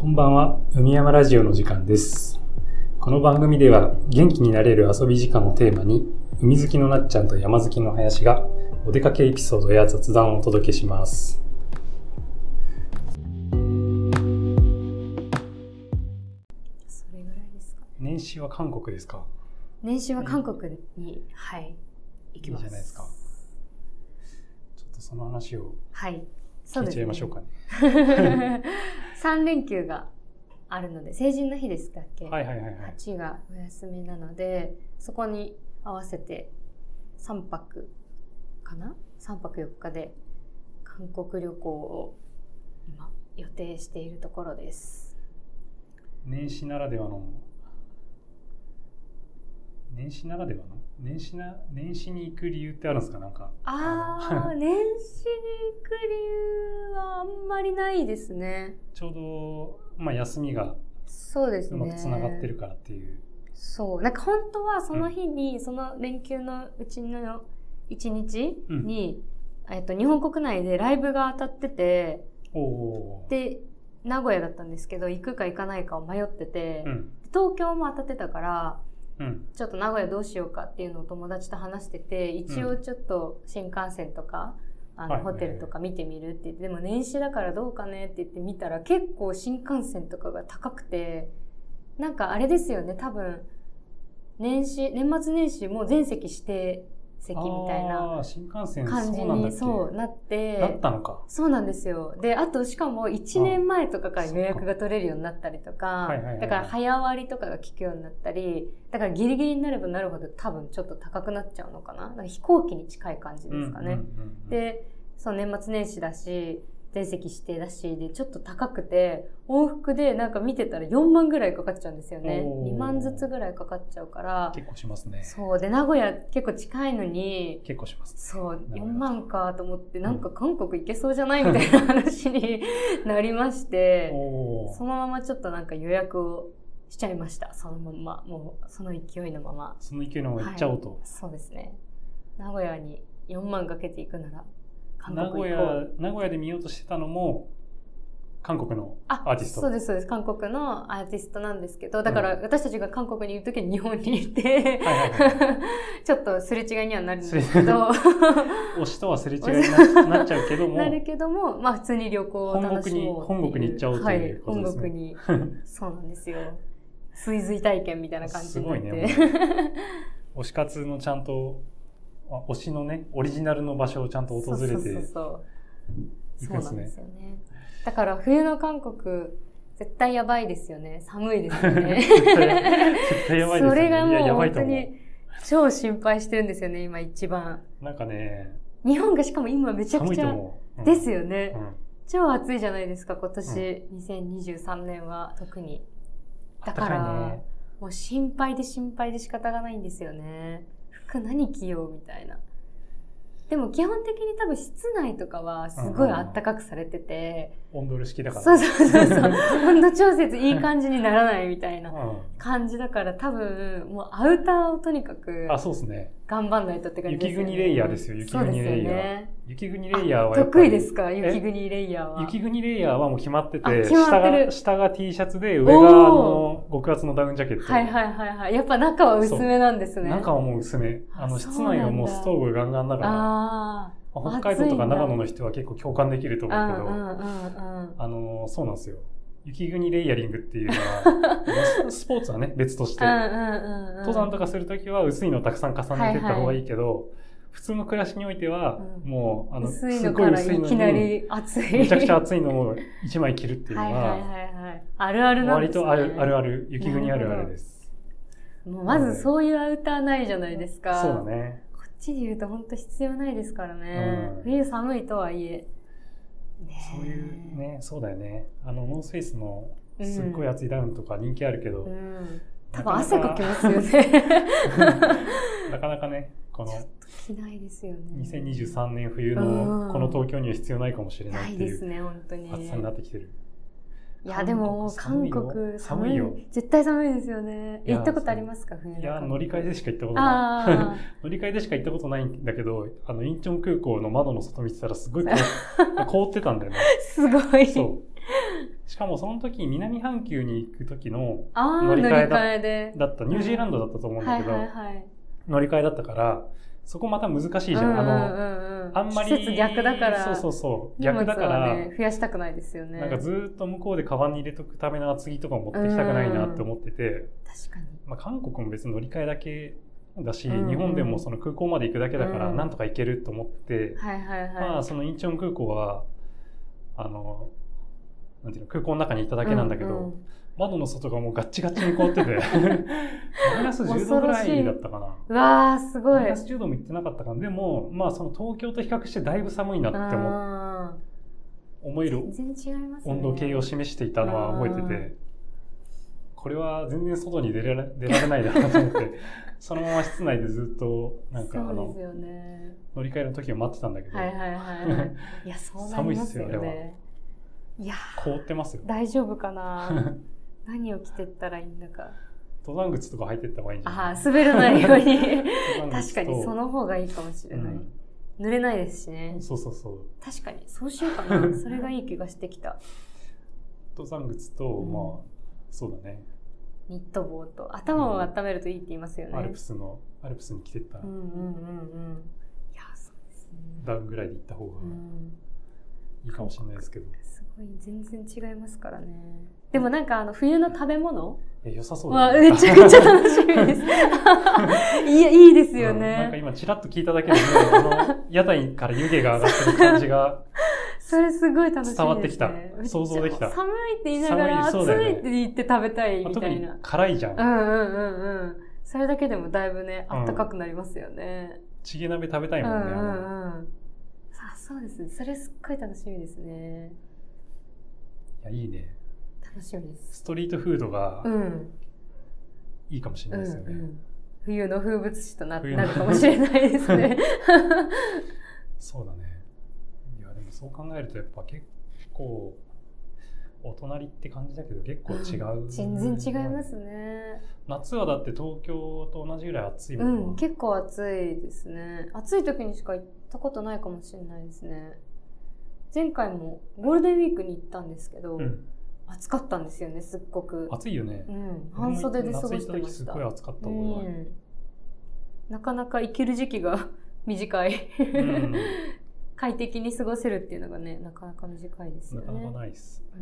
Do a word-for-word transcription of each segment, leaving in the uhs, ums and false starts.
こんばんは、海山ラジオの時間です。この番組では元気になれる遊び時間をテーマに、海好きのなっちゃんと山好きの林がお出かけエピソードや雑談をお届けします。 それぐらいですか。 年始は韓国ですか？ 年始は韓国に、はい、行きます。 いいじゃないですか。ちょっとその話をはい聞いちゃいましょうかね。 さん連休があるので、成人の日でしたっけ？ はいはいはいはい。 はちがお休みなので、そこに合わせてさんぱくかな ?さん 泊よっかで韓国旅行を今予定しているところです。 年始ならではの年始ならではの年始な年始に行く理由ってあるんですか？なんかああ年始に行く理由はあんまりないですね。 ちょうど、まあ、休みがそうですね、 うまくつながってるからっていう。 そうなんか本当はその日に、うん、その連休のうちのいちにちに、うん、えっと、日本国内でライブが当たってて、 おで名古屋だったんですけど行くか行かないかを迷ってて、 うん、 東京も当たってたからうん、 ちょっと名古屋どうしようかっていうのを友達と話してて、一応ちょっと新幹線とか、うん、あのホテルとか見てみるって言って、でも年始だからどうかねって言って見たら結構新幹線とかが高くて、なんかあれですよね、多分年始年末年始も全席指定席みたいな感じにそうなってなったのか。 そうなんですよ。であとしかもいちねんまえとかから予約が取れるようになったりとか、だから早割とかが効くようになったり、だからギリギリになればなるほど多分ちょっと高くなっちゃうのかな。なんか飛行機に近い感じですかね。 うんうんうんうん、でそう年末年始だし全席指定だしでちょっと高くて、往復でなんか見てたらよんまんぐらいかかっちゃうんですよね。にまんずつぐらいかかっちゃうから結構しますね。 そうで名古屋結構近いのに結構します、ね、 そうよんまんかと思って、なんか韓国行けそうじゃないみたいな話になりまして、うん、そのままちょっとなんか予約をしちゃいました。そのままもうその勢いのままその勢いのまま行っちゃおうと、 はい、そうですね。名古屋によんまんかけていくなら名古屋名古屋で見ようとしてたのも韓国のアーティスト。 そうですそうです。韓国のアーティストなんですけど、だから私たちが韓国にいるときに日本にいて、ちょっとすれ違いにはなるんですけど推しとはすれ違いに な, なっちゃうけどもなるけども、まあ普通に旅行を楽しもう本国に本国に行っちゃおうということですね。 はい、本国にそうなんですよ。追随体験みたいな感じになって。 すごいね。推し活のちゃんと推しのねオリジナルの場所をちゃんと訪れて行くんですね。 そうなんですよね。だから冬の韓国絶対やばいですよね。寒いですよね。 絶対やばいですよね。 それがもう本当に超心配してるんですよね。今一番。 なんかね。 日本がしかも今めちゃくちゃですよね。 うん、 超暑いじゃないですか今年、うん、にせんにじゅうさんねんは特に。だから、ね、もう心配で心配で仕方がないんですよね。服何着ようみたいな。でも基本的に多分室内とかはすごい暖かくされてて、 温度式だから、 そうそうそうそう温度調節いい感じにならないみたいな感じだから多分もうアウターをとにかくあそうですね頑張んないとって感じですよね。 雪国レイヤーですよ。雪国レイヤー、ね、雪国レイヤーはやっぱり得意ですか？雪国レイヤーは。 雪国レイヤーはもう決まってて、 決まってる。 下が下が T シャツで上があの極厚のダウンジャケット。 はいはいはいはい。やっぱ中は薄めなんですね。 中はもう薄め。あの室内はもうストーブガンガンだから。 あ北海道とか長野の人は結構共感できると思うけど、あのそうなんですよ。雪国レイヤリングっていうのはスポーツはね別として登山とかするときは薄いのをたくさん重ねていった方がいいけど、はいはい、普通の暮らしにおいては、うん、もうあの薄いのからいきなり暑いめちゃくちゃ暑いのをいちまい着るっていうのはあるあるなんですね。 割とあるあるある雪国あるあるです。 もうまずそういうアウターないじゃないですか。 そうだね。 こっちで言うと本当必要ないですからね、うん、冬寒いとはいえ、 ね、そういうねそうだよね。あのノースフェイスのすっごい厚いダウンとか人気あるけど、うんうん、 多分汗かきますよねなかなかねこの着ないですよね。 にせんにじゅうさんねん冬のこの東京には必要ないかもしれないっていう暑さになってきてる。 いやでも韓国寒いよ。絶対寒いですよね。行ったことありますか？冬の。 いや乗り換えでしか行ったことない。乗り換えでしか行ったことないんだけど、あのインチョン空港の窓の外見てたらすごい凍ってたんだよね。 すごい。 そう。 しかもその時南半球に行く時のあ乗り換えだ乗り換えでだったニュージーランドだったと思うんだけど、 はいはいはい、 乗り換えだったからそこまた難しいじゃん、うんうんうん、あのあんまり季節逆だからそうそうそう逆だから、 ね、増やしたくないですよね。 なんかずっと向こうでカバンに入れとくための厚着とか持ってきたくないなって思ってて、 うん、確かに、 まあ、韓国も別に乗り換えだけだし、うんうん、日本でもその空港まで行くだけだからなんとか行けると思って、 うんはいはいはい、 まあそのインチョン空港はあのなんていうの空港の中にいただけなんだけど、うんうん、窓の外がもうガッチガチに凍っててマイナスじゅうどぐらいだったかな。 うわーすごい。 マイナスじゅうども行ってなかったかな。でもまあその東京と比較してだいぶ寒いなって思思える温度計を示していたのは覚えてて、これは全然外に出られ、出られないだろうと思ってそのまま室内でずっとなんかあのそうですよね、 乗り換えの時を待ってたんだけど、 はいはいはい、はい、いやそうなりますよね。寒いっすよあれは。いや凍ってますよ。 大丈夫かな何を着てったらいいんだか。 登山靴とか履いてった方がいいんじゃない？ ああ滑らないように確かにその方がいいかもしれない、うん、濡れないですしね。 そうそうそう、 確かにそうしようかなそれがいい気がしてきた。 登山靴と、うん、まあそうだね、 ニット帽と頭を温めるといいって言いますよね、うん、 アルプスのアルプスに着てったら、うんうんうんうん、 いやそうですね、 ダウンぐらいで行った方がいいかもしれないですけど、 すごい全然違いますからね。でもなんかあの冬の食べ物え良さそうだね。 めちゃくちゃ楽しみですいやいいですよね、 うん、なんか今ちらっと聞いただけで、ね、あの屋台から湯気が上がってる感じがそれすごい楽しみですね。 伝わってきた。想像できた。 寒いって言いながら暑いって言って食べたいみたいな。 特に辛いじゃん。 うんうんうんうん。それだけでもだいぶね、あったかくなりますよね。 うん、チゲ鍋食べたいもんね。うんうんうん。さあそうですね。それすっごい楽しみですね。 いやいいね。 楽しみです。 ストリートフードがいいかもしれないですよね。うんうん、 冬の風物詩と な, なるかもしれないですね。 そうだね。そう考えるとやっぱ結構お隣って感じだけど結構違う、うん、 全然違いますね。 夏はだって東京と同じぐらい暑いもんね、 うん、結構暑いですね。暑い時にしか行ったことないかもしれないですね。前回もゴールデンウィークに行ったんですけど、うん、暑かったんですよね。すっごく暑いよね、 うん、半袖で過ごしてました。 夏行った時すごい暑かった覚えがある、うん、 なかなか行ける時期が短い、うん快適に過ごせるっていうのがね、なかなか短いですよね。 なかなかないです。うん、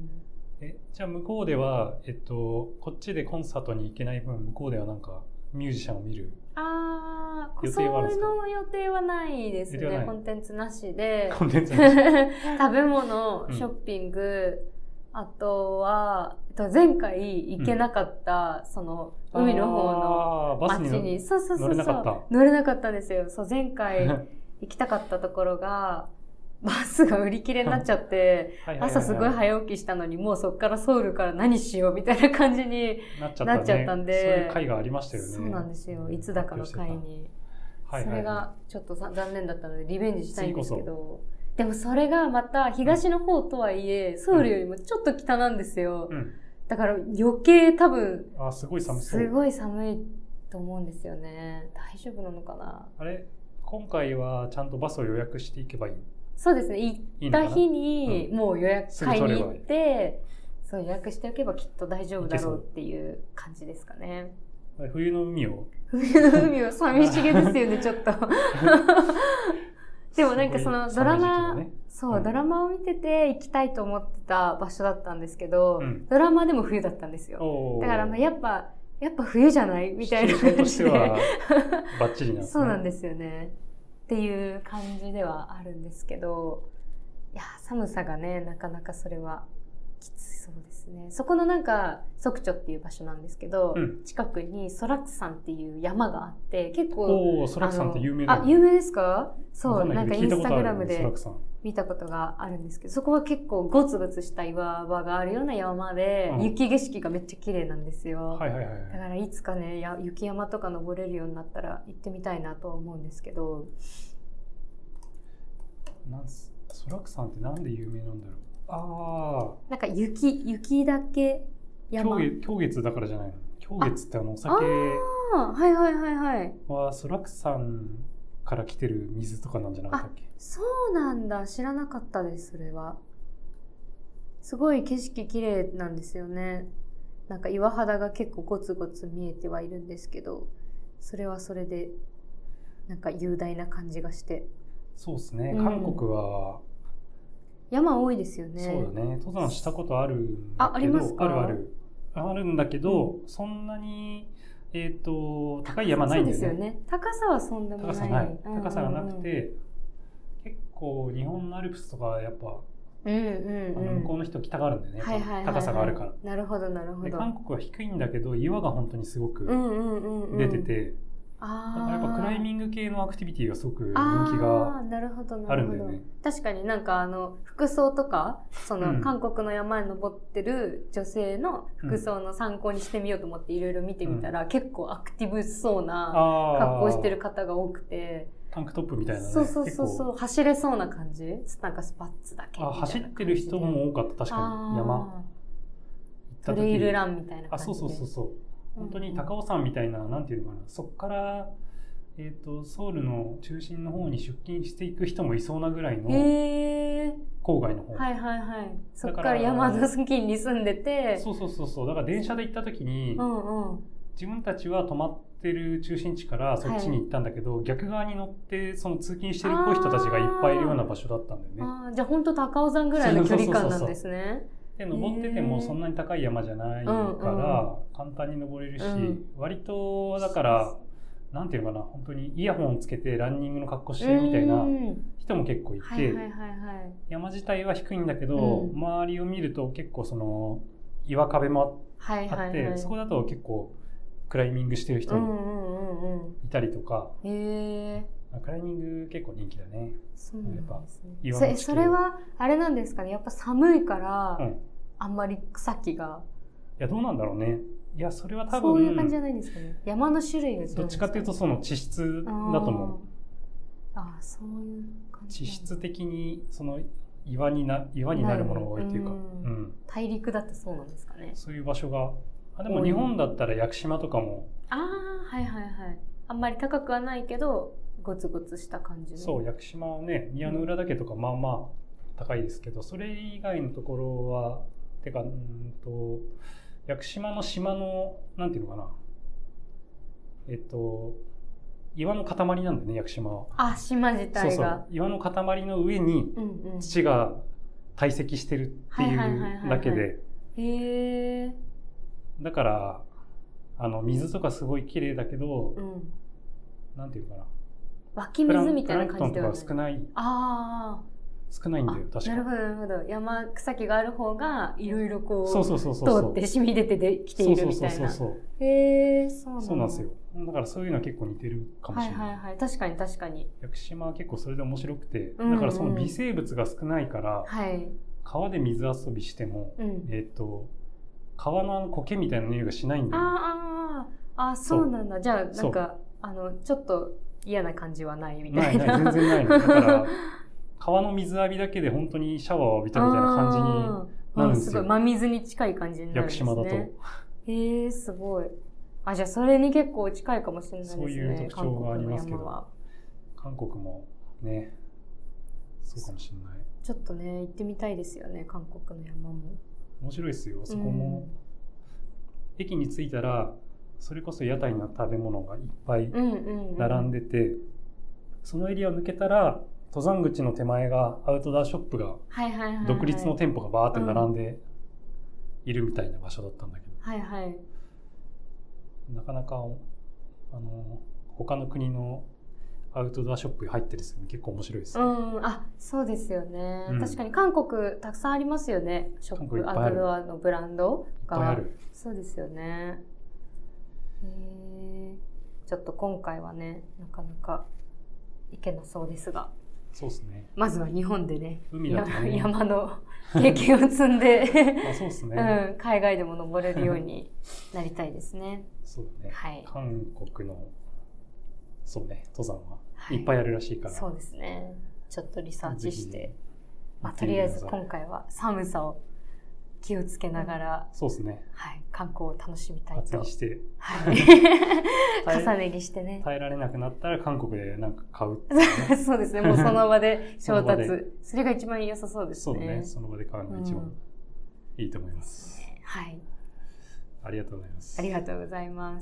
え、じゃあ向こうでは、えっと、こっちでコンサートに行けない分、向こうではなんかミュージシャンを見るああ、そういうの予定はないですね。コンテンツなしで。 コンテンツなし食べ物、ショッピング、うん、あとは、前回行けなかった、うん、その、海の方の街に、 にそうそうそうそう。乗れなかった。乗れなかったんですよ。そう、前回、行きたかったところがバスが売り切れになっちゃって朝すごい早起きしたのにもうそっからソウルから何しようみたいな感じになっちゃったんで、 そういう会がありましたよね。 そうなんですよ。いつだかの会に、それがちょっと残念だったのでリベンジしたいんですけど、でもそれがまた東の方とはいえソウルよりもちょっと北なんですよ、うん、だから余計多分あすごい寒そうすごい寒いと思うんですよね。大丈夫なのかな。 あれ今回はちゃんとバスを予約していけばいい？ そうですね。行った日にもう予約買いに行って、うん、そう予約しておけばきっと大丈夫だろうっていう感じですかね。 冬の海を冬の海を寂しげですよねちょっと。でもなんかそのドラマ、ね、そう、うん、ドラマを見てて行きたいと思ってた場所だったんですけど、うん、ドラマでも冬だったんですよ。だからまあやっぱやっぱ冬じゃないみたいな感じで。としてはバッチリなんですね。そうなんですよね。っていう感じではあるんですけど、いや寒さがねなかなかそれはきつそうですね。そこのなんかソクチョっていう場所なんですけど、うん、近くにソラク山っていう山があって結構おソラク山って有名だよね。 あ有名ですか？そうなんかインスタグラムで見たことがあるんですけど、そこは結構ゴツゴツした岩場があるような山で、うん、雪景色がめっちゃ綺麗なんですよ。 はいはいはい、 だからいつかねや雪山とか登れるようになったら行ってみたいなとは思うんですけど。 なんすソラク山ってなんで有名なんだろう。ああ。 なんか雪雪だけ山。 氷月だからじゃないの。氷月ってあのお酒。 ああはいはいはいはい。 はソラク山から来てる水とかなんじゃなかったっけ？ そうなんだ。知らなかったですそれは。 すごい景色綺麗なんですよね。なんか岩肌が結構ゴツゴツ見えてはいるんですけど、それはそれでなんか雄大な感じがして。 そうですね、うん、韓国は山多いですよね。 そうだね、登山したことあるんだけど、 あ、ありますか？ あるあるあるんだけど、うん、そんなにえっと高い山ないんだよね。 そうですよね。高さはそんなもない。 高さない。高さがなくて、結構日本のアルプスとかやっぱ、うんうんうん、向こうの人来たがるんだよね、はいはいはいはい、高さがあるから。 なるほどなるほど。 で韓国は低いんだけど岩が本当にすごく出てて、うんうんうんうん、あ、だからやっぱクライミング系のアクティビティがすごく人気があるんだよね。 確かになんかあの服装とかその韓国の山に登ってる女性の服装の参考にしてみようと思っていろいろ見てみたら、うん、結構アクティブそうな格好してる方が多くて、 タンクトップみたいなね。 そうそうそうそう、走れそうな感じ、なんかスパッツだけみたいな。 あ、走ってる人も多かった。確かに山行った時トレイルランみたいな感じで。あ、そうそうそうそう、 本当に高尾山みたいな、なんていうのかな、そこからえー、とソウルの中心の方に出勤していく人もいそうなぐらいの郊外の方、 はいはいはい、そこから山の付近に住んでて、 そうそうそうそう、だから電車で行った時に、うんうん、自分たちは泊まってる中心地からそっちに行ったんだけど、はい、逆側に乗ってその通勤してるっぽい人たちがいっぱいいるような場所だったんだよね。 あ、じゃあ本当高尾山ぐらいの距離感なんですね。 で登っててもそんなに高い山じゃないから簡単に登れるし、うん、割とだからなんていうのかな、本当にイヤホンをつけてランニングの格好してるみたいな人も結構いて、山自体は低いんだけど、うん、周りを見ると結構その岩壁もあって、はいはいはい、そこだと結構クライミングしてる人もいたりとか、うんうんうんうん、へー、クライミング結構人気だね。 そうなんですね。やっぱそ, それはあれなんですかね、やっぱ寒いから、うん、あんまり草木が、 いやどうなんだろうね。いやそれは多分そういう感じじゃないんですかね。山の種類が違うんですかね。 どっちかというとその地質だと思う。 ああ、そういう感じ。 地質的にその岩にな岩になるものが多いというか、うん、うん、 大陸だとそうなんですかね。 そういう場所が、あ、でも日本だったら屋久島とかも、 ああ、はいはいはい。あんまり高くはないけどゴツゴツした感じの。 そう、屋久島はね、宮之浦岳とかまあまあ高いですけど、それ以外のところはてか、うんと屋久島の島のなんていうのかな、えっと岩の塊なんだよね、屋久島は。 あ、島自体が。そうそう、 岩の塊の上に土が堆積してるっていうだけで、 へえ。 だからあの水とかすごい綺麗だけど、うん、なんていうのかな、 湧き水みたいな感じではない。プランクトンとか少ない。 ああ。 少ないんだよ、確かに。 なるほどなるほど。山草木がある方がいろいろこうそうそうそうそう通って染み出てできているみたいな。そうそうそうそう。へえ、そうなんだ。 そうなんですよ。だからそういうのは結構似てるかもしれない。 はいはいはい。確かに確かに。 屋久島は結構それで面白くて、だからその微生物が少ないから、うんうん、川で水遊びしても、はい、えっと川のあの苔みたいな匂いがしないんだよね。 あああ、そうなんだ。じゃあなんかあのちょっと嫌な感じはないみたいな。 ないない、全然ないの。だから川の水浴びだけで本当にシャワーを浴びたみたいな感じになるんですよ。 すごい真水に近い感じになるんですね。 屋久島だと。 へえ、すごい。あ、じゃあそれに結構近いかもしれないですね。 そういう特徴がありますけど、韓国もね、そうかもしれない。 ちょっとね、行ってみたいですよね、韓国の山も。 面白いですよ、そこも。うん、駅に着いたら、それこそ屋台の食べ物がいっぱい並んでて、うんうんうん、そのエリアを抜けたら、登山口の手前がアウトドアショップが独立の店舗がバーって並んでいるみたいな場所だったんだけど、 はいはい、 なかなかあの他の国のアウトドアショップに入ってるですね、結構面白いですね。 うん、あ、そうですよね、うん、確かに韓国たくさんありますよね、ショップ、アウトドアのブランドが。いっぱいある。そうですよね。へー、ちょっと今回はね、なかなか行けなそうですが、 そうですね、 まずは日本でね、 海だとね、 山の経験を積んであ、そうですね、 うん、海外でも登れるようになりたいですね。 そうだね、はい、韓国のそうね、登山はいっぱいあるらしいから、はい、 そうですね、ちょっとリサーチして、まあ、とりあえず今回は寒さを気をつけながら、 そうですね、 はい、観光を楽しみたいと。 厚着して、 はい、重ね着してね。 耐えられなくなったら韓国でなんか買う、 ね、そうですね、もうその場で調達それが一番良さそうですね。 そうだね、その場で買うのが一番、うん、 いいと思います。 はい。 ありがとうございます。 ありがとうございます。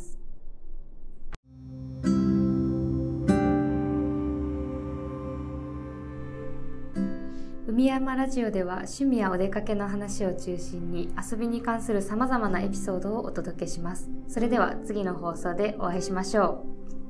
海山ラジオでは趣味やお出かけの話を中心に遊びに関するさまざまなエピソードをお届けします。それでは次の放送でお会いしましょう。